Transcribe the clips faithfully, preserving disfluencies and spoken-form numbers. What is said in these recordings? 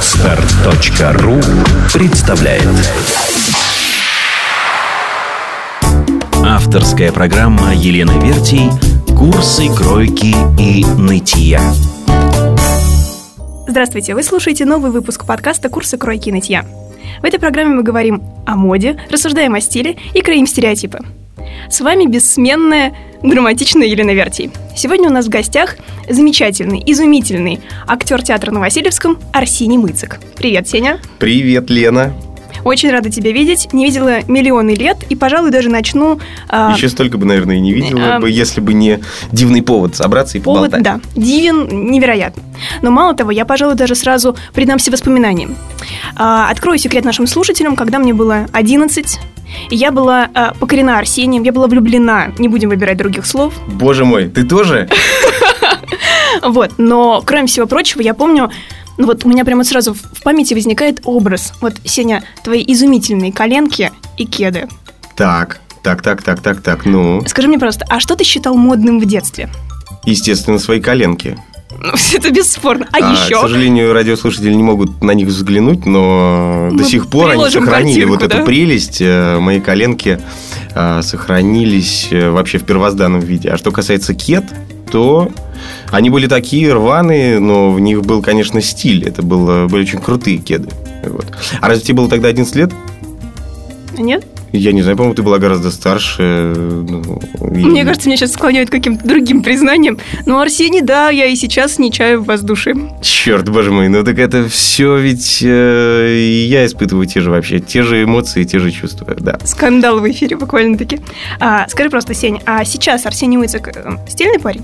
Подстар точка ру представляет. Авторская программа Елены Вертий «Курсы кройки и нытья». Здравствуйте, вы слушаете новый выпуск подкаста «Курсы кройки и нытья». В этой программе мы говорим о моде, рассуждаем о стиле и кроим стереотипы. С вами бессменная, драматичная Елена Вертий. Сегодня у нас в гостях замечательный, изумительный актер театра на Васильевском Арсений Мыцик. Привет, Сеня. Привет, Лена. Очень рада тебя видеть. Не видела миллионы лет. И, пожалуй, даже начну... Э, Еще столько бы, наверное, и не видела, э, бы, если бы не дивный повод собраться и повод, поболтать. Да, дивен невероятно. Но мало того, я, пожалуй, даже сразу предамся воспоминаниям. Э, открою секрет нашим слушателям. Когда мне было одиннадцать, я была э, покорена Арсением, я была влюблена. Не будем выбирать других слов. Боже мой, ты тоже? Вот, но, кроме всего прочего, я помню... Ну вот у меня прямо сразу в памяти возникает образ. Вот, Сеня, твои изумительные коленки и кеды. Так, так, так, так, так, так, ну... Скажи мне просто, а что ты считал модным в детстве? Естественно, свои коленки. Ну, это бесспорно. А, а еще? К сожалению, радиослушатели не могут на них взглянуть, но Мы до сих пор они сохранили вот да? эту прелесть. Мои коленки сохранились вообще в первозданном виде. А что касается кед, то... Они были такие рваные, но в них был, конечно, стиль. Это было, были очень крутые кеды. Вот. А разве тебе было тогда одиннадцать лет? Нет. Я не знаю, по-моему, ты была гораздо старше. Ну, и... Мне кажется, меня сейчас склоняют к каким-то другим признаниям. Но, Арсений, да, я и сейчас не чаю в воздушии. Черт, боже мой, ну так это все ведь э, я испытываю те же вообще, те же эмоции, те же чувства, да. Скандал в эфире буквально-таки. А, скажи просто, Сень, а сейчас Арсений Мыцик стильный парень?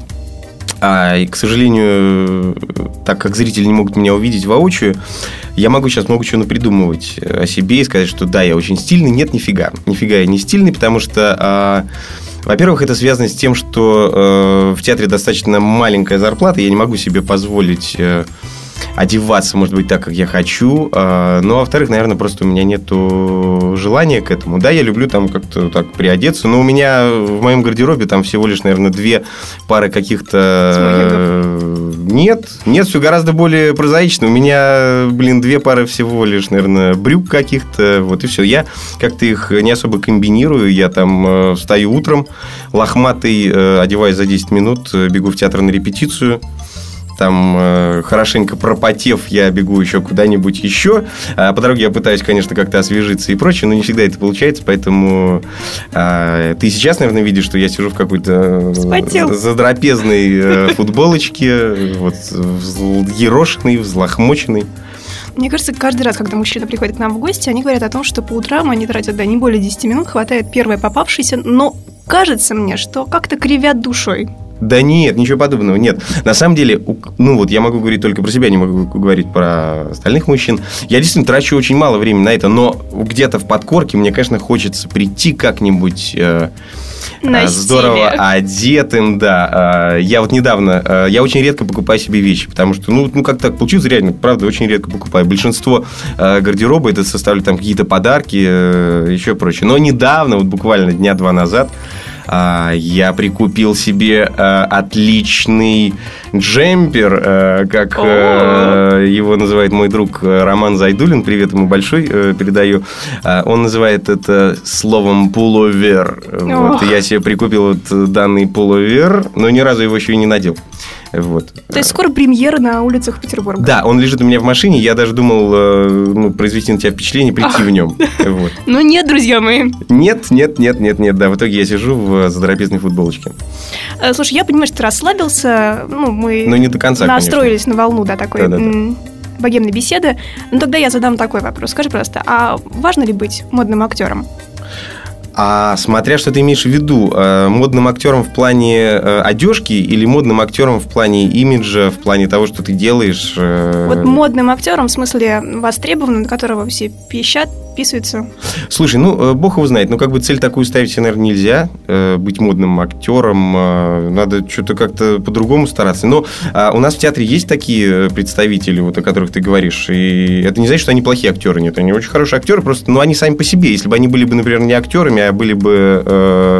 А, и, к сожалению, так как зрители не могут меня увидеть воочию, я могу сейчас много чего напридумывать о себе и сказать, что да, я очень стильный. Нет, нифига. Нифига я не стильный, потому что, а, во-первых, это связано с тем, что а, в театре достаточно маленькая зарплата, я не могу себе позволить... А, одеваться, может быть, так, как я хочу. Ну, а во-вторых, наверное, просто у меня нету желания к этому. Да, я люблю там как-то так приодеться, но у меня в моем гардеробе там всего лишь, наверное, две пары каких-то... Нет, нет, все гораздо более прозаично. У меня, блин, две пары всего лишь, наверное, брюк каких-то, вот и все. Я как-то их не особо комбинирую. Я там встаю утром, лохматый, одеваюсь за десять минут, бегу в театр на репетицию. Там э, хорошенько пропотев, я бегу еще куда-нибудь еще. А по дороге я пытаюсь, конечно, как-то освежиться и прочее, но не всегда это получается, поэтому э, ты сейчас, наверное, видишь, что я сижу в какой-то Спотел. задрапезной э, футболочке, вот, ерошенной, взлохмоченной. Мне кажется, каждый раз, когда мужчина приходит к нам в гости, они говорят о том, что по утрам они тратят, да, не более десять минут, хватает первое попавшееся, но кажется мне, что как-то кривят душой. Да нет, ничего подобного, нет. На самом деле, ну вот я могу говорить только про себя, не могу говорить про остальных мужчин. Я действительно трачу очень мало времени на это, но где-то в подкорке мне, конечно, хочется прийти как-нибудь... Э, на здорово стиле. Одетым, да. Я вот недавно, я очень редко покупаю себе вещи, потому что, ну, ну как так получилось, реально, правда, очень редко покупаю. Большинство гардероба это составляют там какие-то подарки, еще прочее. Но недавно, вот буквально дня два назад, я прикупил себе отличный джемпер, как О-о-о. его называет мой друг Роман Зайдулин. Привет ему большой передаю. Он называет это словом пуловер. Вот, я себе прикупил вот данный пуловер, но ни разу его еще и не надел. Вот. То есть скоро премьера на улицах Петербурга. Да, он лежит у меня в машине. Я даже думал ну, произвести на тебя впечатление, прийти Ах. в нем. Вот. Ну нет, друзья мои. Нет, нет, нет, нет, нет. Да, в итоге я сижу в задрапезной футболочке. Слушай, я понимаю, что ты расслабился. Ну, мы Но не до конца, настроились конечно. на волну, да, такой м- богемной беседы. Ну тогда я задам такой вопрос. Скажи просто, а важно ли быть модным актером? А смотря что ты имеешь в виду, модным актером в плане одежки или модным актером в плане имиджа, в плане того, что ты делаешь? Вот модным актером в смысле востребованным, на которого все пищат, писаются. Слушай, ну, бог его знает, но как бы цель такую ставить себе, наверное, нельзя, быть модным актером, надо что-то как-то по-другому стараться. Но у нас в театре есть такие представители, вот, о которых ты говоришь, и это не значит, что они плохие актеры, нет, они очень хорошие актеры, просто, ну, они сами по себе, если бы они были бы, например, не актерами, а были бы э,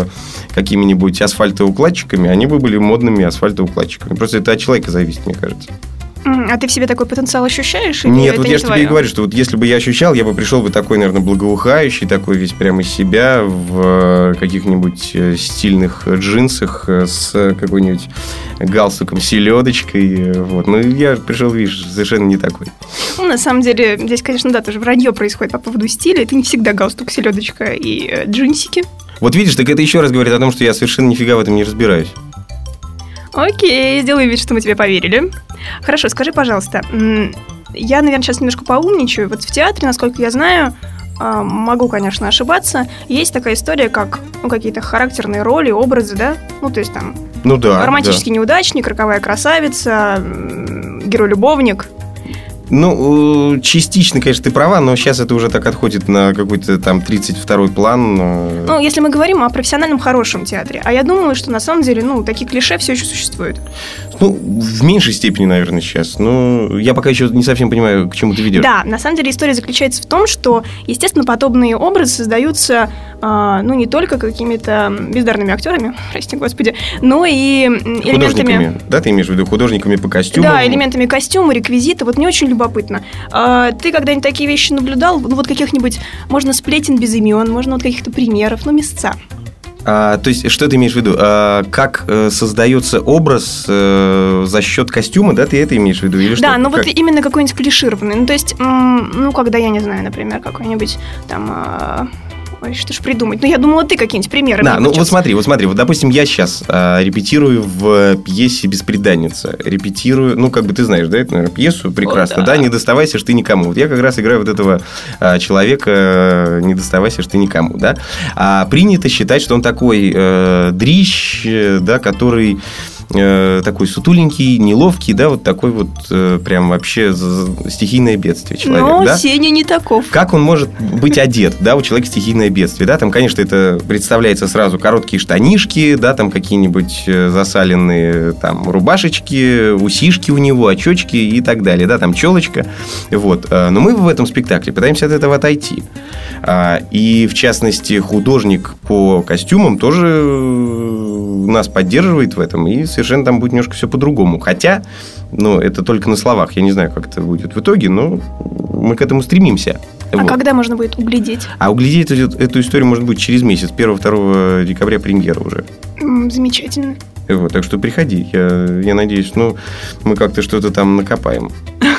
какими-нибудь асфальтоукладчиками, они бы были модными асфальтоукладчиками. Просто это от человека зависит, мне кажется. А ты в себе такой потенциал ощущаешь? Или Нет, это вот не я же тебе твое? и говорю, что вот если бы я ощущал, я бы пришел бы такой, наверное, благоухающий, такой весь прямо из себя, в каких-нибудь стильных джинсах с какой-нибудь галстуком, селедочкой. Вот. Но я пришел, видишь, совершенно не такой. Ну, на самом деле, здесь, конечно, да, тоже вранье происходит по поводу стиля. Это не всегда галстук, селедочка и э, джинсики. Вот видишь, так это еще раз говорит о том, что я совершенно нифига в этом не разбираюсь. Окей, сделай вид, что мы тебе поверили. Хорошо, скажи, пожалуйста, я, наверное, сейчас немножко поумничаю. Вот в театре, насколько я знаю, могу, конечно, ошибаться, есть такая история, как ну, какие-то характерные роли, образы, да? Ну, то есть там ну, да, романтический да. неудачник, роковая красавица, герой-любовник. Ну, частично, конечно, ты права, но сейчас это уже так отходит на какой-то там тридцать второй план. Ну, если мы говорим о профессиональном хорошем театре, а я думаю, что на самом деле, ну, такие клише все еще существуют. Ну, в меньшей степени, наверное, сейчас. Но я пока еще не совсем понимаю, к чему ты ведешь. Да, на самом деле история заключается в том, что, естественно, подобные образы создаются, э, ну, не только какими-то бездарными актерами, прости господи, но и элементами... Художниками, да, ты имеешь в виду? Художниками по костюмам? Да, элементами костюма, реквизита. Вот мне очень любопытно. Э, ты когда-нибудь такие вещи наблюдал? Ну, вот каких-нибудь, можно сплетен без имен, можно вот каких-то примеров, ну, места. А, то есть, что ты имеешь в виду? А, как э, создается образ э, за счет костюма, да? Ты это имеешь в виду? Или что? Да, ну как? вот именно какой-нибудь клишированный. Ну, то есть, м- ну, когда, я не знаю, например, какой-нибудь там... Э- Ой, что ж придумать? Ну, я думала, ты какие-нибудь примеры. Да, ну вот смотри, вот смотри, вот, допустим, я сейчас а, репетирую в пьесе «Бесприданница». Репетирую, ну, как бы ты знаешь, да, это, наверное, пьесу прекрасно, О, да. да, «Не доставайся ж ты никому». Вот я как раз играю вот этого а, человека «Не доставайся ж ты никому», да. А принято считать, что он такой э, дрищ, да, который... такой сутуленький, неловкий, да, вот такой вот э, прям вообще стихийное бедствие человек, но да? Сеня не таков. Как он может быть одет, да, у человека стихийное бедствие, да, там, конечно, это представляется сразу короткие штанишки, да, там какие-нибудь засаленные там рубашечки, усишки у него, очечки и так далее, да, там челочка, вот, но мы в этом спектакле пытаемся от этого отойти, и, в частности, художник по костюмам тоже нас поддерживает в этом, и совершенно там будет немножко все по-другому. Хотя, ну, это только на словах. Я не знаю, как это будет в итоге, но мы к этому стремимся. А вот. Когда можно будет углядеть? А углядеть эту, эту историю может быть через месяц. первого-второго декабря премьера уже. Замечательно. Вот, так что приходи. Я, я надеюсь, ну, мы как-то что-то там накопаем.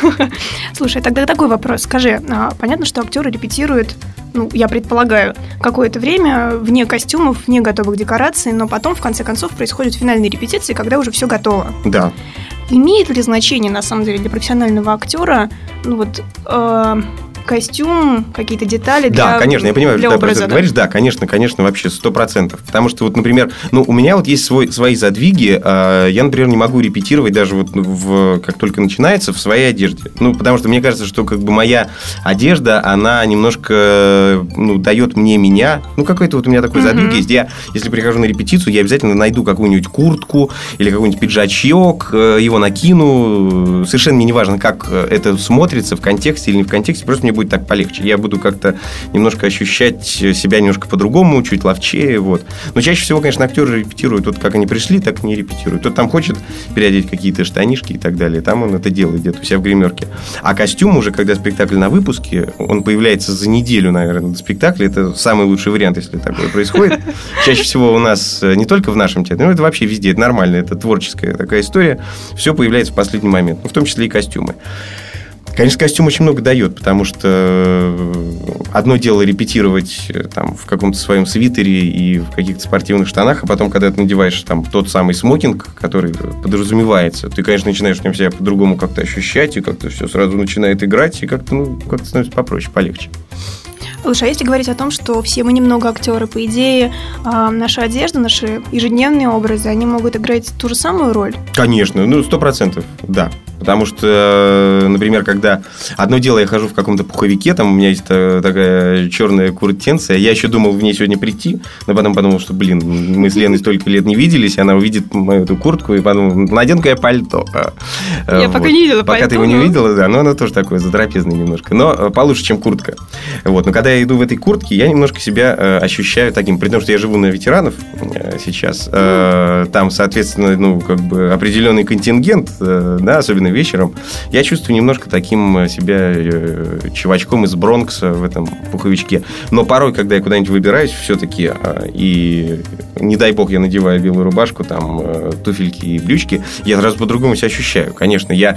Слушай, тогда такой вопрос. Скажи, понятно, что актеры репетируют, ну, я предполагаю, какое-то время вне костюмов, вне готовых декораций, но потом, в конце концов, происходят финальные репетиции, когда уже все готово. Да. Имеет ли значение, на самом деле, для профессионального актера, ну, вот... Э- костюм, какие-то детали для Да, конечно, я понимаю, для ты образа, да? да? говоришь, да, конечно, конечно, вообще сто процентов. Потому что, вот, например, ну, у меня вот есть свой, свои задвиги, э, я, например, не могу репетировать даже вот в, как только начинается в своей одежде. Ну, потому что мне кажется, что как бы моя одежда, она немножко, ну, дает мне меня. Ну, какой-то вот у меня такой mm-hmm. задвиг есть. Я, если прихожу на репетицию, я обязательно найду какую-нибудь куртку или какой-нибудь пиджачок, его накину. Совершенно мне не важно, как это смотрится в контексте или не в контексте, просто мне будет так полегче. Я буду как-то немножко ощущать себя немножко по-другому, чуть ловчее, вот. Но чаще всего, конечно, актеры репетируют, вот как они пришли, так они репетируют. Кто-то там хочет переодеть какие-то штанишки и так далее, там он это делает где-то у себя в гримерке. А костюм уже, когда спектакль на выпуске, он появляется за неделю, наверное, до спектакля. Это самый лучший вариант, если такое происходит. Чаще всего у нас не только в нашем театре, но это вообще везде, это нормально, это творческая такая история. Все появляется в последний момент, ну, в том числе и костюмы. Конечно, костюм очень много дает, потому что одно дело репетировать там, в каком-то своем свитере и в каких-то спортивных штанах, а потом, когда ты надеваешь там, тот самый смокинг, который подразумевается, ты, конечно, начинаешь в нем себя по-другому как-то ощущать, и как-то все сразу начинает играть, и как-то, ну, как-то становится попроще, полегче. Слушай, а если говорить о том, что все мы немного актеры, по идее, наша одежда, наши ежедневные образы, они могут играть ту же самую роль? Конечно, ну, сто процентов, да. Потому что, например, когда одно дело я хожу в каком-то пуховике, там у меня есть такая черная куртенция, я еще думал в ней сегодня прийти, но потом подумал, что, блин, мы с Леной столько лет не виделись, она увидит мою эту куртку, и подумал, надену-ка я пальто. Я вот. Пока не видела пока пальто. Пока ты его не видела, да, но оно тоже такое затрапезное немножко, но получше, чем куртка. Вот, но когда я иду в этой куртке, я немножко себя э, ощущаю таким, при том, что я живу на ветеранов э, сейчас, э, там, соответственно, ну, как бы определенный контингент, э, да, особенно поздно вечером, я чувствую немножко таким себя чувачком из Бронкса в этом пуховичке. Но порой, когда я куда-нибудь выбираюсь, все-таки, и не дай бог я надеваю белую рубашку, там, туфельки и брючки, я сразу по-другому себя ощущаю. Конечно, я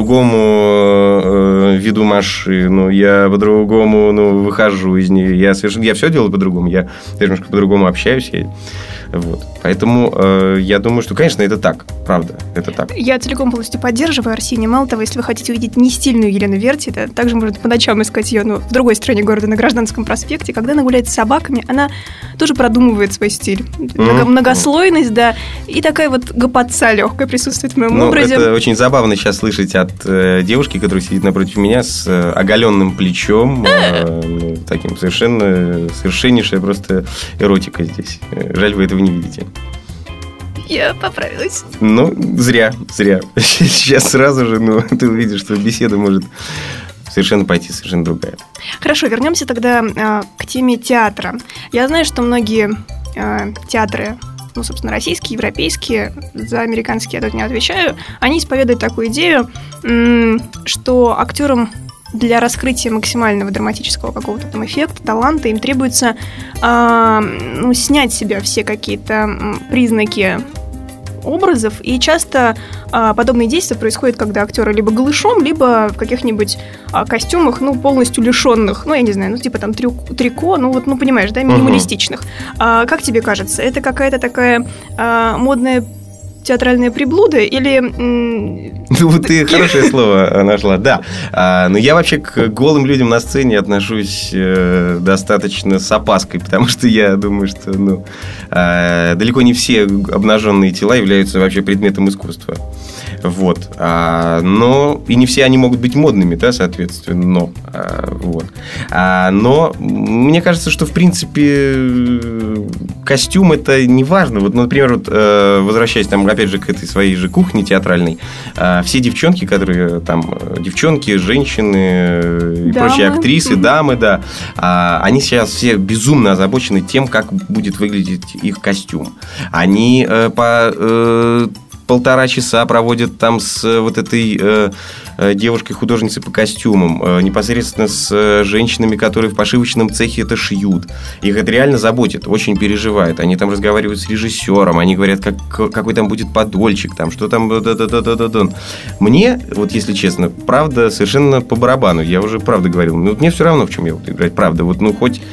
по-другому веду машину, я по-другому ну, выхожу из нее, я, совершенно, я все делаю по-другому, я немножко по-другому общаюсь. Я, вот. Поэтому э, я думаю, что, конечно, это так, правда, это так. Я целиком полностью поддерживаю Арсения. Мало того, если вы хотите увидеть не стильную Елену Верти, да, также можно по ночам искать ее ну, в другой стороне города, на Гражданском проспекте. Когда она гуляет с собаками, она тоже продумывает свой стиль. Mm-hmm. Многослойность, да, и такая вот гопотца легкая присутствует в моем ну, образе. Это очень забавно сейчас слышать от э, девушки, которая сидит напротив меня с э, оголенным плечом, э, ну, таким совершенно, совершеннейшая просто эротика здесь. Жаль, вы этого не видите. Я поправилась. Ну, зря, зря. Сейчас сразу же ну, ты увидишь, что беседа может совершенно пойти, совершенно другая. Хорошо, вернемся тогда э, к теме театра. Я знаю, что многие э, театры, ну, собственно, российские, европейские, за американские я тут не отвечаю, они исповедуют такую идею, м- что актерам для раскрытия максимального драматического какого-то там эффекта, таланта, им требуется э, ну, снять с себя все какие-то м, признаки образов, и часто а, подобные действия происходят, когда актеры либо голышом, либо в каких-нибудь а, костюмах, ну, полностью лишенных, ну, я не знаю, ну, типа там трюк, трико, ну, вот, ну, понимаешь, да, минималистичных. Uh-huh. А, как тебе кажется, это какая-то такая а, модная театральная приблуда или... Ну, вот ты хорошее слово нашла, да. А, но я вообще к голым людям на сцене отношусь э, достаточно с опаской, потому что я думаю, что ну, э, далеко не все обнаженные тела являются вообще предметом искусства. Вот. А, но и не все они могут быть модными, да, соответственно. Но, а, вот. а, но мне кажется, что в принципе костюм это не важно. Вот, ну, например, вот, возвращаясь там, опять же, к этой своей же кухне театральной, все девчонки, которые там девчонки, женщины и дамы. Прочие актрисы, mm-hmm. дамы, да, они сейчас все безумно озабочены тем, как будет выглядеть их костюм. Они по полтора часа проводят там с вот этой э, девушкой-художницей по костюмам, э, непосредственно с э, женщинами, которые в пошивочном цехе это шьют. Их это реально заботит, очень переживают. Они там разговаривают с режиссером, они говорят, как, какой там будет подольчик, там, что там... Да-да-да-да-да. Мне, вот если честно, правда совершенно по барабану. Я уже правда говорил. Ну, мне все равно, в чем я буду играть. Правда, вот, ну, хоть,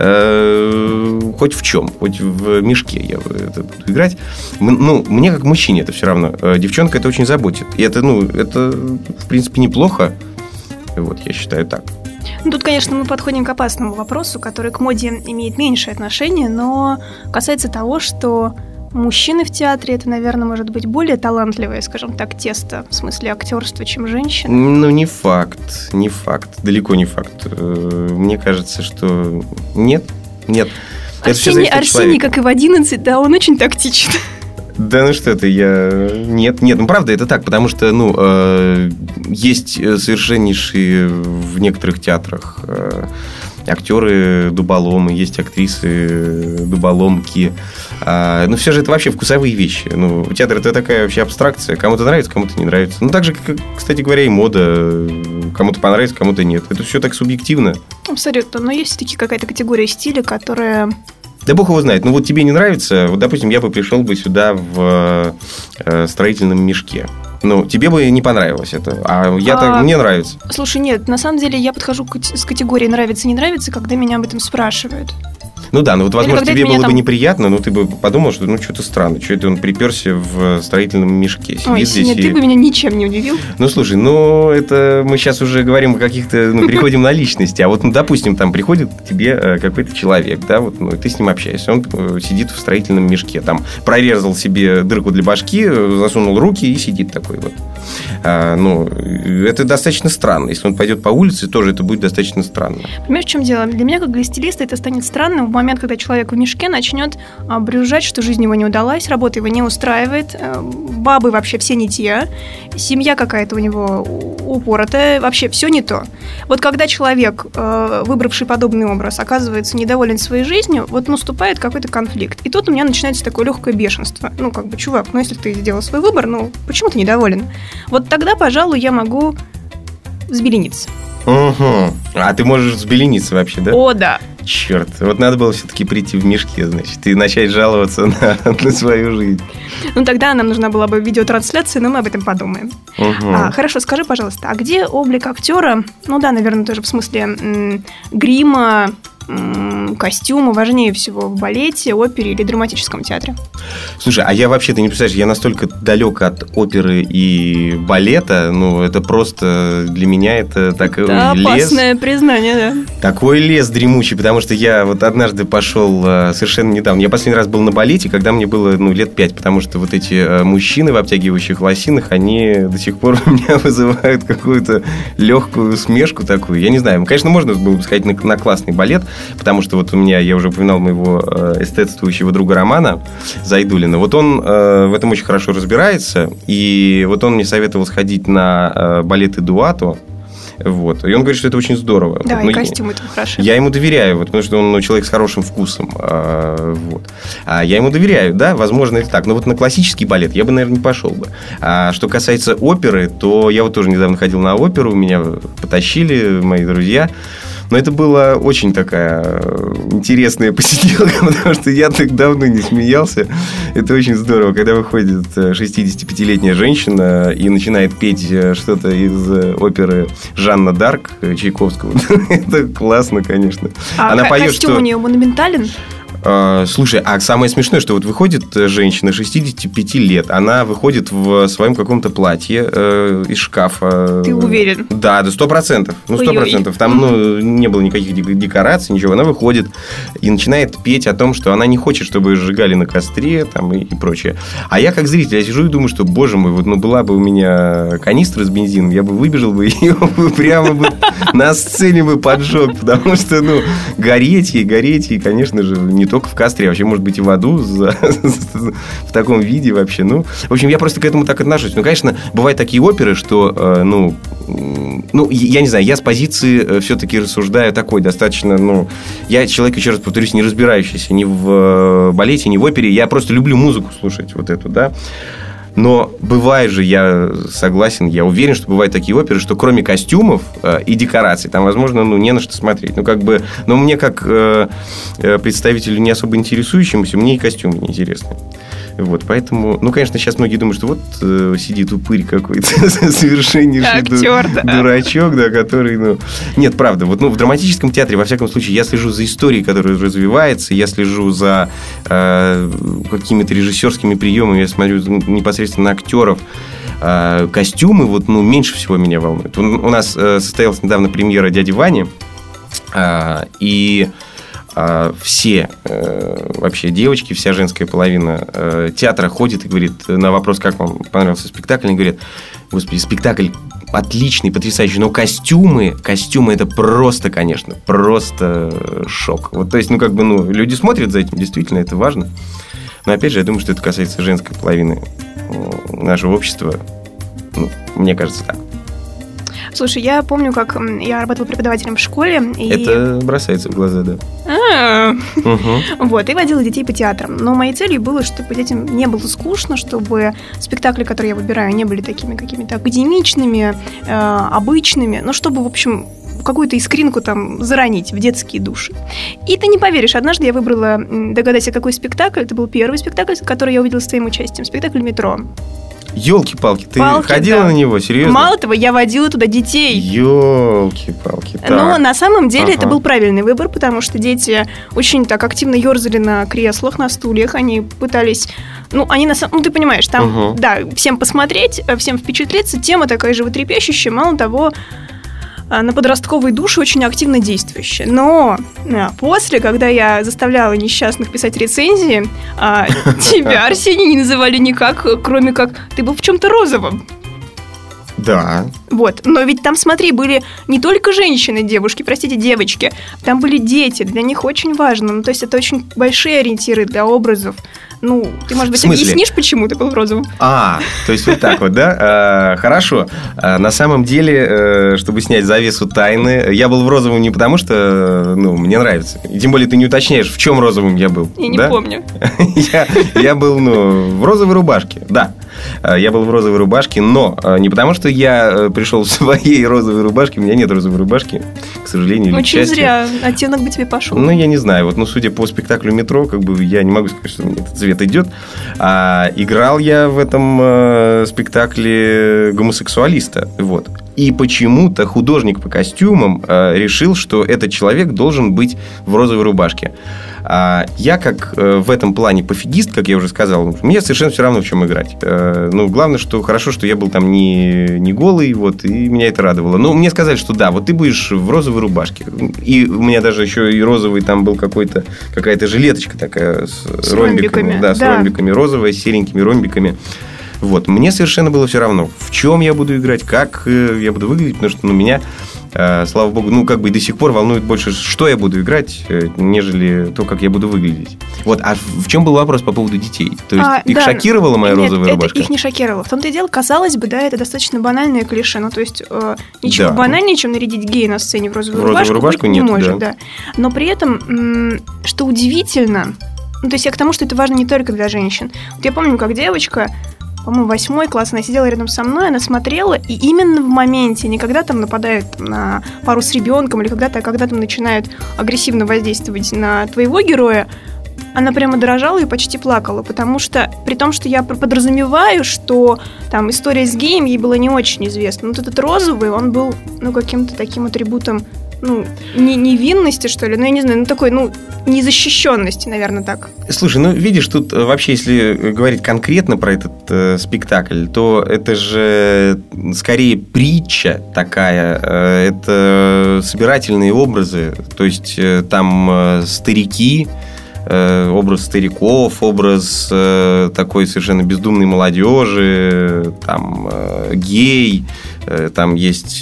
э, хоть в чем, хоть в мешке я это буду играть. Ну, мне как мужчине это все равно. Девчонка это очень заботит. И это, ну, это, в принципе, неплохо. Вот, я считаю так. Ну, тут, конечно, мы подходим к опасному вопросу, который к моде имеет меньшее отношение, но касается того, что мужчины в театре это, наверное, может быть более талантливое, скажем так, тесто, в смысле актерства, чем женщины. Ну, не факт, не факт, далеко не факт. Мне кажется, что нет, нет. Арсений, Арсений как и в одиннадцать, да, он очень тактичен. Да ну что ты, я... Нет, нет, ну правда это так, потому что, ну, э, есть совершеннейшие в некоторых театрах э, актеры дуболомы, есть актрисы дуболомки. Э, но все же это вообще вкусовые вещи. Ну, театр это такая вообще абстракция. Кому-то нравится, кому-то не нравится. Ну, так же, как, кстати говоря, и мода. Кому-то понравится, кому-то нет. Это все так субъективно. Абсолютно. Но есть все-таки какая-то категория стиля, которая... Да бог его знает. Ну, вот тебе не нравится. Вот, допустим, я бы пришел бы сюда в э, строительном мешке. Ну, тебе бы не понравилось это. А я так, а, мне нравится. Слушай, нет, на самом деле я подхожу к, с категорией нравится-не нравится, когда меня об этом спрашивают. Ну да, ну вот, возможно, тебе было там... бы неприятно, но ты бы подумал, что ну что-то странно, что это он приперся в строительном мешке. Сидит Ой, здесь нет, и... ты бы меня ничем не удивил. Ну, слушай, ну, это мы сейчас уже говорим о каких-то, ну, переходим на личности. А вот, ну, допустим, там приходит к тебе какой-то человек, да, вот, ну, ты с ним общаешься, он сидит в строительном мешке, там, прорезал себе дырку для башки, засунул руки и сидит такой вот. А, ну, это достаточно странно. Если он пойдет по улице, тоже это будет достаточно странно. Понимаешь, в чем дело? Для меня, как для стилиста, это станет странным в момент, момент, когда человек в мешке начнет брюзжать, что жизнь его не удалась, работа его не устраивает, бабы вообще все не те, семья какая-то у него упоротая, вообще все не то. Вот когда человек, выбравший подобный образ, оказывается недоволен своей жизнью, вот наступает какой-то конфликт. И тут у меня начинается такое легкое бешенство. Ну, как бы, чувак, ну, если ты сделал свой выбор, ну, почему ты недоволен? Вот тогда, пожалуй, я могу взбелениться. Угу. А ты можешь взбелениться вообще, да? О, да. Черт, вот надо было все-таки прийти в мешке, значит, и начать жаловаться на, на свою жизнь. Ну, тогда нам нужна была бы видеотрансляция, но мы об этом подумаем. Угу. А, хорошо, скажи, пожалуйста, а где облик актера, ну да, наверное, тоже в смысле м- грима, м- костюма важнее всего в балете, опере или драматическом театре? Слушай, а я вообще, ты не представляешь, я настолько далек от оперы и балета, ну, это просто для меня это такой это лес. Опасное признание, да. Такой лес дремучий, потому что я вот однажды пошел совершенно недавно. Я последний раз был на балете, когда мне было, ну, лет пять, потому что вот эти мужчины в обтягивающих лосинах, они до сих пор у меня вызывают какую-то легкую усмешку такую. Я не знаю, конечно, можно было бы сходить на, на классный балет, потому что вот у меня, я уже упоминал моего эстетствующего друга Романа Зайдулина. Вот он э, в этом очень хорошо разбирается, и вот он мне советовал сходить на э, балет Эдуато. Вот. И он говорит, что это очень здорово. Да, вот. и костюмы там хороши. Я ему доверяю, вот, потому что он, ну, человек с хорошим вкусом. А, вот. а я ему доверяю, да, возможно, это так. Но вот на классический балет я бы, наверное, не пошел бы. А что касается оперы, то я вот тоже недавно ходил на оперу, меня потащили мои друзья. Но это была очень такая интересная посиделка, потому что я так давно не смеялся. Это очень здорово, когда выходит шестидесятипятилетняя женщина и начинает петь что-то из оперы «Жанна Дарк» Чайковского. Это классно, конечно. А Она поет, костюм что... у нее монументален? Слушай, а самое смешное, что вот выходит женщина шестидесяти пяти лет, она выходит в своем каком-то платье э, из шкафа. Ты уверен? Да, да, сто процентов. Ну, сто процентов. Там ну, не было никаких декораций, ничего. Она выходит и начинает петь о том, что она не хочет, чтобы ее сжигали на костре там, и, и прочее. А я как зритель, я сижу и думаю, что, боже мой, вот ну, была бы у меня канистра с бензином, я бы выбежал бы и ее бы прямо бы на сцене бы поджег, потому что, ну, гореть ей, гореть ей, конечно же, не только в костре, вообще, может быть, и в аду за, в таком виде вообще. Ну, в общем, я просто к этому так отношусь. Ну, конечно, бывают такие оперы, что, э, ну, ну, я не знаю, я с позиции все-таки рассуждаю такой, достаточно, ну, я человек, еще раз повторюсь, не разбирающийся ни в балете, ни в опере, я просто люблю музыку слушать вот эту, да. Но бывает же, я согласен, я уверен, что бывают такие оперы, что кроме костюмов э, и декораций, там, возможно, ну, не на что смотреть. Ну, как бы, но мне, как э, представителю не особо интересующемуся, мне и костюмы не интересны. Вот, поэтому, ну, конечно, сейчас многие думают, что вот э, сидит упырь какой-то, совершеннейший дурачок, да, который, ну... Нет, правда, вот, ну, в драматическом театре, во всяком случае, я слежу за историей, которая развивается, я слежу за э, какими-то режиссерскими приемами, я смотрю непосредственно на актеров. Э, костюмы, вот, ну, меньше всего меня волнуют. У, у нас э, состоялась недавно премьера «Дяди Вани», э, и... все э, вообще девочки, вся женская половина э, театра ходит и говорит на вопрос, как вам понравился спектакль, они говорят, господи, спектакль отличный, потрясающий, но костюмы, костюмы это просто, конечно, просто шок. Вот, то есть, ну, как бы, ну, люди смотрят за этим, действительно, это важно. Но, опять же, я думаю, что это касается женской половины нашего общества. Ну, мне кажется, так. Слушай, я помню, как я работала преподавателем в школе. И... Это бросается в глаза, да. А-а-а. Угу. Вот, и водила детей по театрам. Но моей целью было, чтобы детям не было скучно, чтобы спектакли, которые я выбираю, не были такими какими-то академичными, э, обычными, но чтобы, в общем, какую-то искринку там заронить в детские души. И ты не поверишь, однажды я выбрала, догадайся, какой спектакль. Это был первый спектакль, который я увидела с твоим участием. Спектакль «Метро». Ёлки-палки, ты Палки, ходила да. на него, серьезно? Мало того, я водила туда детей. Ёлки-палки. Но на самом деле ага. это был правильный выбор, потому что дети очень так активно ерзали на креслах, на стульях, они пытались, ну, они на самом, ну, ты понимаешь, там, угу. да, всем посмотреть, всем впечатлиться, тема такая животрепещущая, мало того, на подростковые души очень активно действующая. Но после, когда я заставляла несчастных писать рецензии, тебя, Арсений, не называли никак, кроме как ты был в чем-то розовом. Да. Вот, но ведь там, смотри, были не только женщины, девушки, простите, девочки, там были дети, для них очень важно, ну, то есть это очень большие ориентиры для образов. Ну, ты, может быть, объяснишь, почему ты был розовым? А, то есть вот так вот, да? А, хорошо. А, на самом деле, чтобы снять завесу тайны, я был в розовом не потому, что, ну, мне нравится. И тем более ты не уточняешь, в чем розовым я был. Я не да? помню. я, я был, ну, в розовой рубашке, да. Я был в розовой рубашке, но не потому, что я пришел в своей розовой рубашке, у меня нет розовой рубашки, к сожалению, или к счастью. Очень зря, оттенок бы тебе пошел. Ну, я не знаю, вот, ну, судя по спектаклю «Метро», как бы я не могу сказать, что мне этот цвет идет. А играл я в этом э, спектакле гомосексуалиста, вот. И почему-то художник по костюмам э, решил, что этот человек должен быть в розовой рубашке. А я, как э, в этом плане пофигист, как я уже сказал, мне совершенно все равно, в чем играть. Э, ну, главное, что хорошо, что я был там не, не голый, вот, и меня это радовало. Но мне сказали, что да, вот ты будешь в розовой рубашке. И у меня даже еще и розовый там был какой-то, какая-то жилеточка такая с, с ромбиками. ромбиками. Да, с да. ромбиками, розовая, с серенькими ромбиками. Вот, мне совершенно было все равно, в чем я буду играть, как э, я буду выглядеть, потому что, ну, меня, э, слава богу, ну, как бы до сих пор волнует больше, что я буду играть, э, нежели то, как я буду выглядеть. Вот, а в чем был вопрос по поводу детей? То есть, а, их да. шокировала моя Нет, розовая это рубашка? Их не шокировало. В том-то и дело, казалось бы, да, это достаточно банальное клише. Ну, то есть, э, ничего да. банальнее, чем нарядить гея на сцене в розовую, в розовую рубашку, рубашку нет, не может, да. да. Но при этом, м- что удивительно, ну, то есть, я к тому, что это важно не только для женщин. Вот я помню, как девочка, по-моему, восьмой класс, она сидела рядом со мной, она смотрела, и именно в моменте, не когда там нападают там, на пару с ребенком, или когда-то, а когда там начинают агрессивно воздействовать на твоего героя, она прямо дрожала и почти плакала, потому что, при том, что я подразумеваю, что там история с геем ей была не очень известна, но вот этот розовый, он был, ну, каким-то таким атрибутом, ну, не, невинности, что ли, ну, я не знаю, ну, такой, ну, незащищенности, наверное, так. Слушай, ну, видишь, тут вообще, если говорить конкретно про этот э, спектакль, то это же скорее притча такая, э, это собирательные образы, то есть э, там э, старики, э, образ стариков, образ э, такой совершенно бездумной молодежи, там э, гей, там есть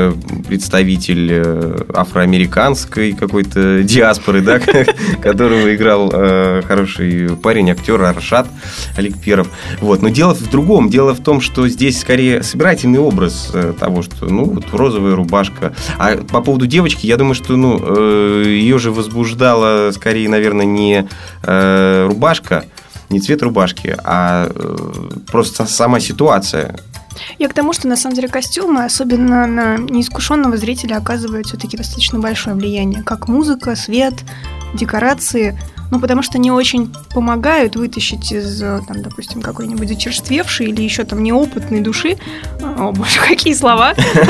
представитель афроамериканской какой-то диаспоры, да, которого играл хороший парень, актер Аршат Аликперов. Вот. Но дело в другом. Дело в том, что здесь скорее собирательный образ того, что, ну, вот розовая рубашка. А по поводу девочки, я думаю, что, ну, ее же возбуждала скорее, наверное, не рубашка, не цвет рубашки, а просто сама ситуация. Я к тому, что на самом деле костюмы, особенно на неискушенного зрителя, оказывают все-таки достаточно большое влияние. Как музыка, свет, декорации. Ну, потому что они очень помогают вытащить из, там, допустим, какой-нибудь зачерствевшей или еще там неопытной души. О, боже, какие слова!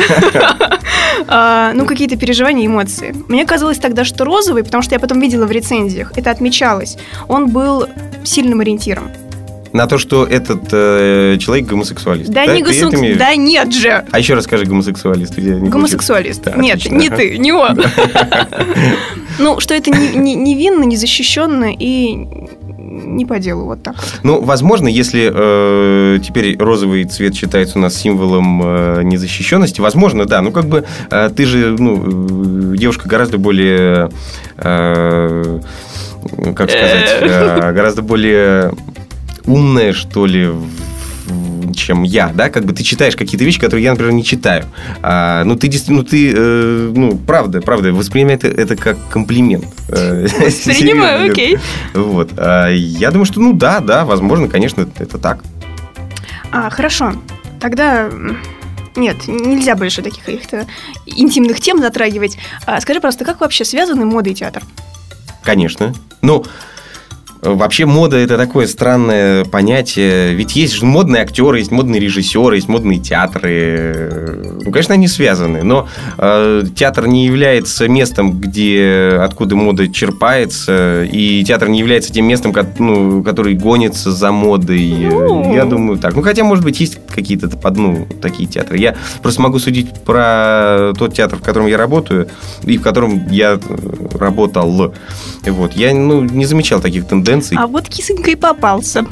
Ну, какие-то переживания, эмоции. Мне казалось тогда, что розовый, потому что я потом видела в рецензиях, это отмечалось, он был сильным ориентиром. На то, что этот э, человек гомосексуалист. Да, да? не гомосексуалист. Да нет же. А еще раз скажи гомосексуалист. Не гомосексуалист. Да, нет, отлично. Не ты, не он. Ну, что это невинно, незащищенно и не по делу, вот так. Ну, возможно, если э, теперь розовый цвет считается у нас символом э, незащищенности, возможно, да. Ну, как бы э, ты же, ну, девушка гораздо более, э, как сказать, э, гораздо более умная, что ли, чем я, да, как бы ты читаешь какие-то вещи, которые я, например, не читаю. А, ну, ты действительно, ну, ты, э, ну, правда, правда, воспринимай это, это как комплимент. Воспринимаю, окей. Вот. А, я думаю, что, ну, да, да, возможно, конечно, это так. А, хорошо. Тогда... Нет, нельзя больше таких каких-то интимных тем затрагивать. А, скажи, просто, как вообще связаны мода и театр? Конечно. Ну... Вообще мода – это такое странное понятие. Ведь есть же модные актеры, есть модные режиссеры, есть модные театры. Ну, конечно, они связаны. Но э, театр не является местом, где, откуда мода черпается. И театр не является тем местом, как, ну, который гонится за модой. Ну. Я думаю так. Ну, хотя, может быть, есть какие-то ну, такие театры. Я просто могу судить про тот театр, в котором я работаю, и в котором я работал. Вот. Я ну, не замечал таких тенденций. А вот кисонька и попался.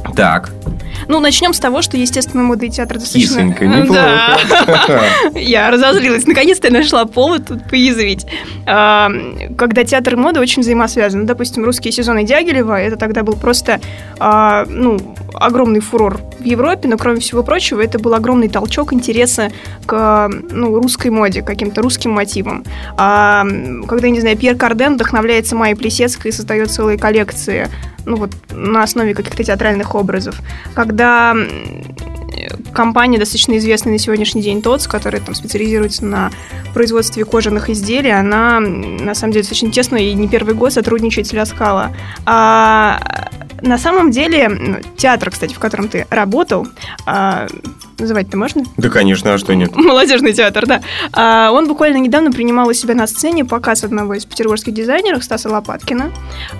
Так. Ну, начнем с того, что, естественно, мода и театр достаточно... Кисонька, неплохо. Да. Я разозлилась. Наконец-то я нашла повод тут поязвить. Когда театр и мода очень взаимосвязаны. Допустим, русские сезоны Дягилева, это тогда был просто, ну, огромный фурор в Европе, но, кроме всего прочего, это был огромный толчок интереса к, ну, русской моде, к каким-то русским мотивам. Когда, я не знаю, Пьер Карден вдохновляется Майей Плисецкой и создает целые коллекции, ну, вот, на основе каких-то театральных образов. Когда компания, достаточно известная на сегодняшний день ТОЦ, которая там специализируется на производстве кожаных изделий, она, на самом деле, очень тесно и не первый год сотрудничает с Ля Скала. А на самом деле, ну, театр, кстати, в котором ты работал, а, называть-то можно? Да, конечно, а что нет? Молодежный театр, да. А, он буквально недавно принимал у себя на сцене показ одного из петербургских дизайнеров, Стаса Лопаткина.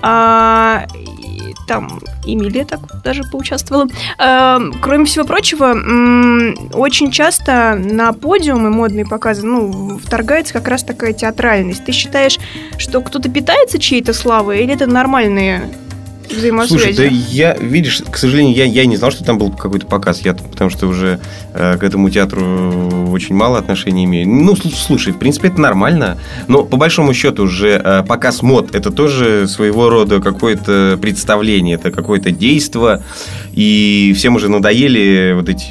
А, и там Эмилия так даже поучаствовала. А, кроме всего прочего, м- очень часто на подиумы модные показы, ну, вторгается как раз такая театральность. Ты считаешь, что кто-то питается чьей-то славой, или это нормальные взаимосвязи? Слушай, да я, видишь, к сожалению, я, я не знал, что там был какой-то показ, я, потому что уже э, к этому театру очень мало отношений имею. Ну, слушай, в принципе, это нормально, но по большому счету уже э, показ мод – это тоже своего рода какое-то представление, это какое-то действо, и всем уже надоели вот эти...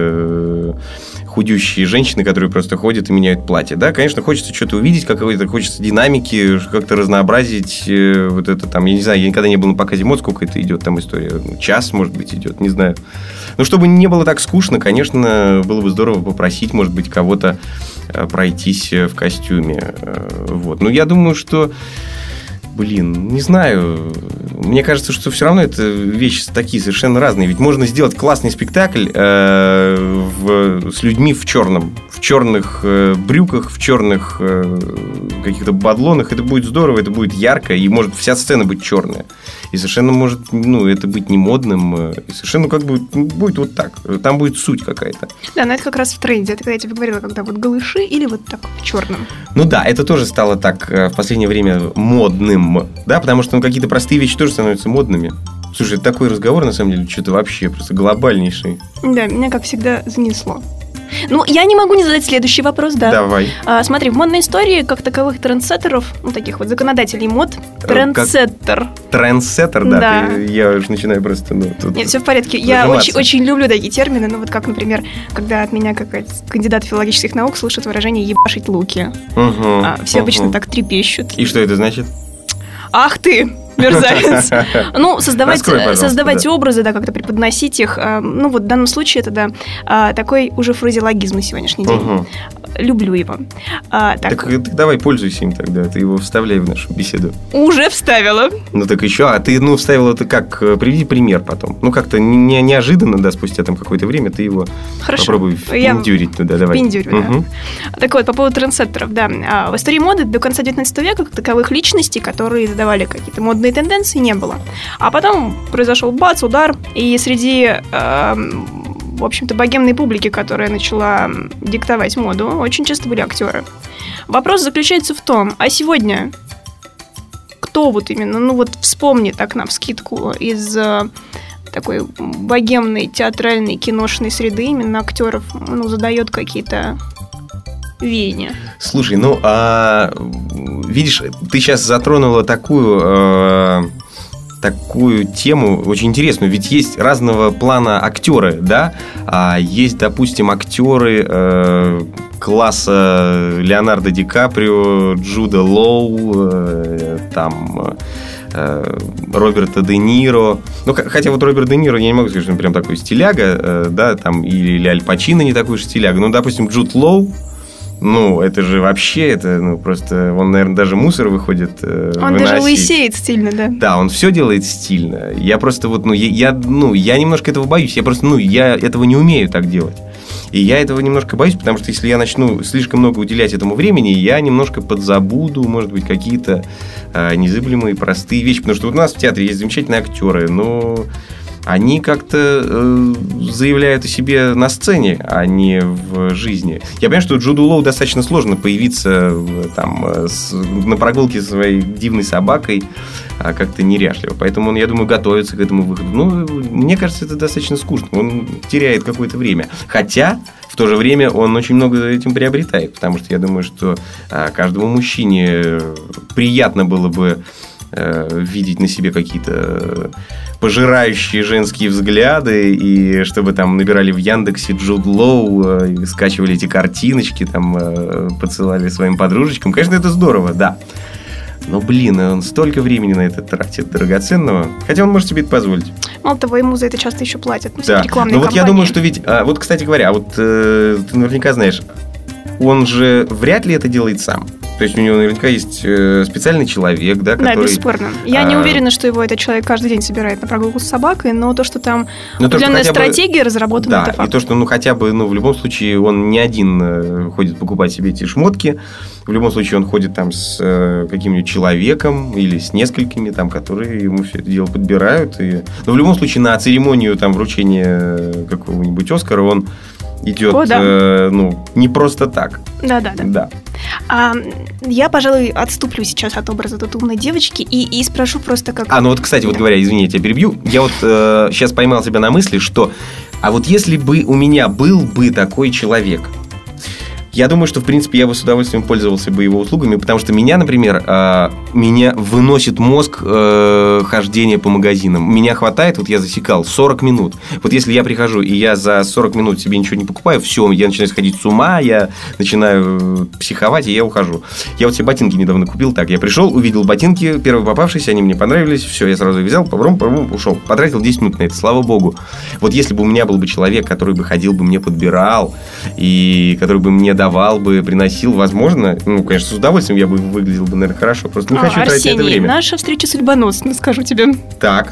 Э, худющие женщины, которые просто ходят и меняют платье. Да, конечно, хочется что-то увидеть, какой-то, хочется динамики, как-то разнообразить э, вот это там, я не знаю, я никогда не был на показе мод, сколько это идет там история, час, может быть, идет, не знаю. Но чтобы не было так скучно, конечно, было бы здорово попросить, может быть, кого-то э, пройтись в костюме. Э, вот. Но я думаю, что Блин, не знаю. Мне кажется, что все равно это вещи такие совершенно разные. Ведь можно сделать классный спектакль э, в, с людьми в черном. В черных э, брюках, в черных э, каких-то бадлонах. Это будет здорово, это будет ярко. И может вся сцена быть черная. И совершенно может, ну, это быть не модным. И совершенно как бы будет вот так. Там будет суть какая-то. Да, но это как раз в тренде. Это когда я тебе говорила, когда вот голыши или вот так в черном. Ну да, это тоже стало так в последнее время модным. Да, потому что ну, какие-то простые вещи тоже становятся модными. Слушай, такой разговор, на самом деле, что-то вообще просто глобальнейший. Да, меня, как всегда, занесло. Ну, я не могу не задать следующий вопрос, да. Давай. А, смотри, в модной истории, как таковых трендсеттеров, ну, таких вот законодателей мод, трендсеттер. Как... Трендсеттер, да. да. Ты, я уже начинаю просто... Ну, тут Нет, все в порядке. Я очень, очень люблю такие термины. Ну, вот как, например, когда от меня какая-то кандидат филологических наук слышит выражение «ебашить луки». Угу, а, все угу. обычно так трепещут. И что это значит? Ах ты, мерзавец. Ну, создавать, Раскрой, создавать да. образы, да, как-то преподносить их. Ну, вот в данном случае это, да, такой уже фразеологизм на сегодняшний день. Угу. Люблю его. А, так. так ты давай пользуйся им тогда, ты его вставляй в нашу беседу. Уже вставила. Ну так еще, а ты, ну, вставила это как? Приведи пример потом. Ну, как-то не, неожиданно, да, спустя там какое-то время ты его Хорошо. попробуй впендюрить Я... туда, давай. Впендюрю, угу. да. Так вот, по поводу трендсеттеров, да. В истории моды до конца девятнадцатого века как таковых личностей, которые задавали какие-то модные тенденции, не было. А потом произошел бац, удар, и среди... Э, в общем-то, богемной публики, которая начала диктовать моду, очень часто были актеры. Вопрос заключается в том, а сегодня кто вот именно, ну вот вспомни так навскидку из э, такой богемной, театральной, киношной среды именно актеров, ну, задает какие-то веяния. Слушай, ну, а, видишь, ты сейчас затронула такую... Э... такую тему очень интересную. Ведь есть разного плана актеры, да? А есть, допустим, актеры э, класса Леонардо Ди Каприо, Джуда Лоу, э, там э, Роберта Де Ниро. Ну, хотя вот Роберт Де Ниро, я не могу сказать, что он прям такой стиляга, э, да, там, или Аль Пачино не такой же стиляга. Ну, допустим, Джуд Лоу. Ну, это же вообще, это ну, просто, он, наверное, даже мусор выходит э, Он выносить. даже лысеет стильно, да. Да, он все делает стильно. Я просто вот, ну я, я, ну, я немножко этого боюсь. Я просто, ну, я этого не умею так делать. И я этого немножко боюсь, потому что если я начну слишком много уделять этому времени, я немножко подзабуду, может быть, какие-то э, незыблемые, простые вещи. Потому что вот у нас в театре есть замечательные актеры, но... они как-то э, заявляют о себе на сцене, а не в жизни. Я понимаю, что Джуду Лоу достаточно сложно появиться там, с, на прогулке со своей дивной собакой а, как-то неряшливо. Поэтому он, я думаю, готовится к этому выходу. Ну, мне кажется, это достаточно скучно. Он теряет какое-то время. Хотя, в то же время, он очень много этим приобретает. Потому что я думаю, что а, каждому мужчине приятно было бы видеть на себе какие-то пожирающие женские взгляды, и чтобы там набирали в Яндексе Джуд Лоу, и скачивали эти картиночки, там подсылали своим подружечкам. Конечно, это здорово, да. Но, блин, он столько времени на это тратит драгоценного. Хотя он может себе это позволить. Мало того, ему за это часто еще платят. Ну, да. рекламные Но вот кампании. Я думаю, что ведь... А, вот, кстати говоря, вот э, ты наверняка знаешь, он же вряд ли это делает сам. То есть у него наверняка есть специальный человек, да, который... Да, бесспорно. Я а... не уверена, что его этот человек каждый день собирает на прогулку с собакой, но то, что там но определенная то, что стратегия бы... разработана, да, это факт. И то, что, ну, хотя бы, ну, в любом случае, он не один ходит покупать себе эти шмотки. В любом случае, он ходит там с э, каким-нибудь человеком или с несколькими, там, которые ему все это дело подбирают. И... Но в любом случае, на церемонию там, вручения какого-нибудь Оскара он идет, О, да. э, ну, не просто так. Да-да-да. Да. А, я, пожалуй, отступлю сейчас от образа тут умной девочки и, и спрошу просто как... А, ну вот, кстати, вот говоря, извини, я тебя перебью. Я вот э, сейчас поймал себя на мысли, что... А вот если бы у меня был бы такой человек... Я думаю, что, в принципе, я бы с удовольствием пользовался бы его услугами, потому что меня, например, э, меня выносит мозг э, хождение по магазинам. Меня хватает, вот я засекал, сорок минут. Вот если я прихожу, и я за сорок минут себе ничего не покупаю, все, я начинаю сходить с ума, я начинаю психовать, и я ухожу. Я вот себе ботинки недавно купил, так, я пришел, увидел ботинки, первые попавшиеся, они мне понравились, все, я сразу их взял, повром, повром, ушел. Потратил десять минут на это, слава богу. Вот если бы у меня был бы человек, который бы ходил бы, мне подбирал, и который бы мне дал давал бы, приносил, возможно, ну, конечно, с удовольствием я бы выглядел бы, наверное, хорошо. Просто не а, хочу Арсений, тратить это время. Наша встреча судьбоносна, скажу тебе. Так.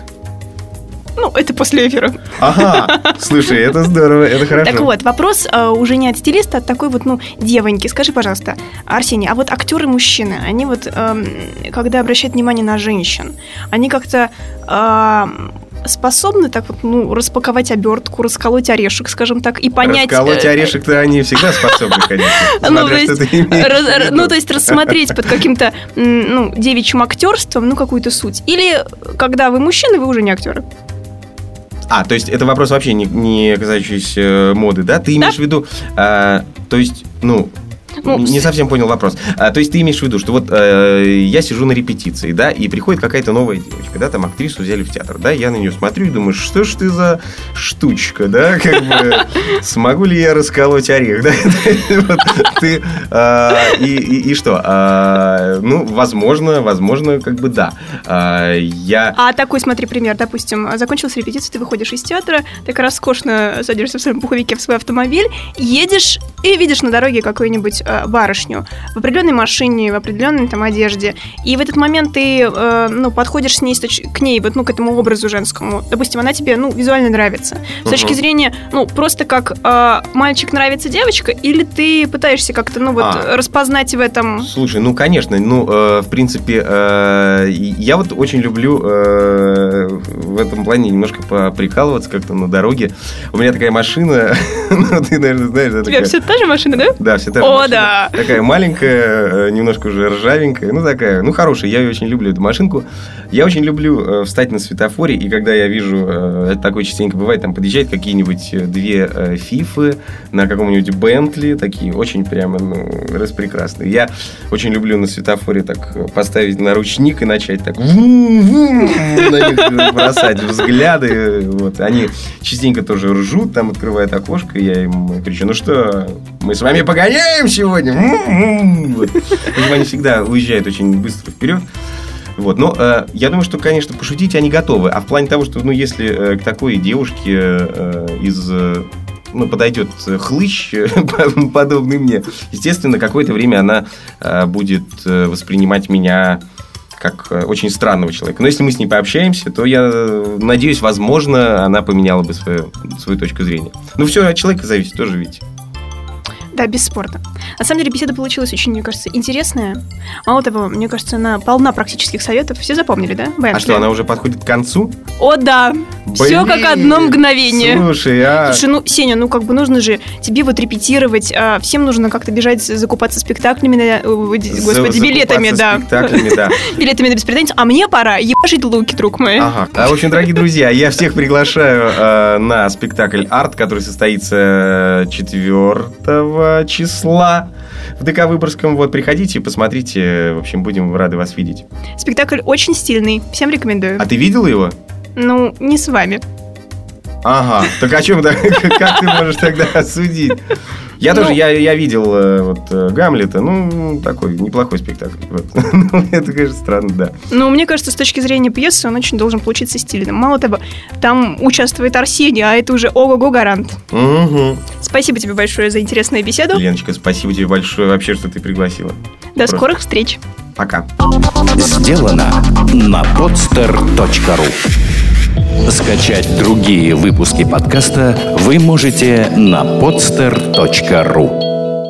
Ну, это после эфира. Ага, слушай, это здорово, это хорошо. Так вот, вопрос э, уже не от стилиста, а от такой вот, ну, девоньки. Скажи, пожалуйста, Арсений, а вот актеры-мужчины, они вот, э, когда обращают внимание на женщин, они как-то... Э, способны так вот, ну, распаковать обертку, расколоть орешек, скажем так, и понять... Расколоть орешек-то они всегда способны, конечно. Ну, то есть, ну, то есть рассмотреть под каким-то, ну, девичьим актерством, ну, какую-то суть. Или, когда вы мужчины, вы уже не актеры. А, то есть это вопрос вообще не, не касающийся моды, да? Ты имеешь да? в виду, а, то есть, ну... Ну, не совсем понял вопрос. А, то есть ты имеешь в виду, что вот э, я сижу на репетиции, да, и приходит какая-то новая девочка, да, там актрису взяли в театр, да, я на нее смотрю и думаю, что ж ты за штучка, да, как бы, смогу ли я расколоть орех, да, вот, ты, и что, ну, возможно, возможно, как бы да, я... А такой, смотри, пример, допустим, закончилась репетиция, ты выходишь из театра, так роскошно садишься в своем пуховике в свой автомобиль, едешь и видишь на дороге какой-нибудь барышню в определенной машине, в определенной там одежде. И в этот момент ты, э, ну, подходишь с ней, к ней, вот, ну, к этому образу женскому. Допустим, она тебе, ну, визуально нравится. С uh-huh. точки зрения, ну, просто как э, мальчик нравится девочка, или ты пытаешься как-то, ну, вот, а. распознать в этом... Слушай, ну, конечно, ну, э, в принципе, э, я вот очень люблю э, в этом плане немножко поприкалываться как-то на дороге. У меня такая машина, ну, ты, наверное, знаешь... У тебя все та же машина, да? Да, все та же О, машина. Да. Такая маленькая, немножко уже ржавенькая, ну такая, ну хорошая, я очень люблю эту машинку. Я очень люблю э, встать на светофоре, и когда я вижу, э, это такое частенько бывает, там подъезжают какие-нибудь две э, фифы на каком-нибудь Бентли, такие очень прямо, ну, распрекрасные. Я очень люблю на светофоре так поставить на ручник и начать так на них бросать взгляды. Вот. Они частенько тоже ржут, там открывают окошко, и я им кричу, ну что, мы с вами погоняем сегодня? Вот. Они всегда уезжают очень быстро вперед. Вот. Но э, я думаю, что, конечно, пошутить они готовы. А в плане того, что, ну, если э, к такой девушке э, из... Э, ну, подойдет хлыщ, подобный мне, естественно, какое-то время она э, будет э, воспринимать меня как э, очень странного человека. Но если мы с ней пообщаемся, то я надеюсь, возможно, она поменяла бы свою, свою точку зрения. Ну, все от человека зависит тоже, ведь. Да, бесспорно. На самом деле беседа получилась очень, мне кажется, интересная. Мало того, мне кажется, она полна практических советов. Все запомнили, да? Баян, а что, она уже подходит к концу? О, да. Все как одно мгновение. Слушай, а... Слушай, ну, Сеня, ну как бы нужно же тебе вот репетировать, а всем нужно как-то бежать закупаться спектаклями, господи, билетами, да. спектаклями, да. Билетами на беспреданницу. А мне пора ебашить луки, друг мой. Ага. А, в общем, дорогие друзья, я всех приглашаю э, на спектакль «Арт», который состоится четвёртого числа в ДК Выборгском. Вот, приходите, посмотрите. В общем, будем рады вас видеть. Спектакль очень стильный. Всем рекомендую. А ты видела его? Ну, не с вами. Ага. Так о чем, как ты можешь тогда осудить? Я ну, тоже, я, я видел вот Гамлета, ну, такой неплохой спектакль. Вот. Ну, это, конечно, странно, да. Ну, мне кажется, с точки зрения пьесы он очень должен получиться стильным. Мало того, там участвует Арсений, а это уже ого-го гарант. Угу. Спасибо тебе большое за интересную беседу. Леночка, спасибо тебе большое вообще, что ты пригласила. До Просто. скорых встреч. Пока. Сделано на podster точка ру. Скачать другие выпуски подкаста вы можете на podster точка ру.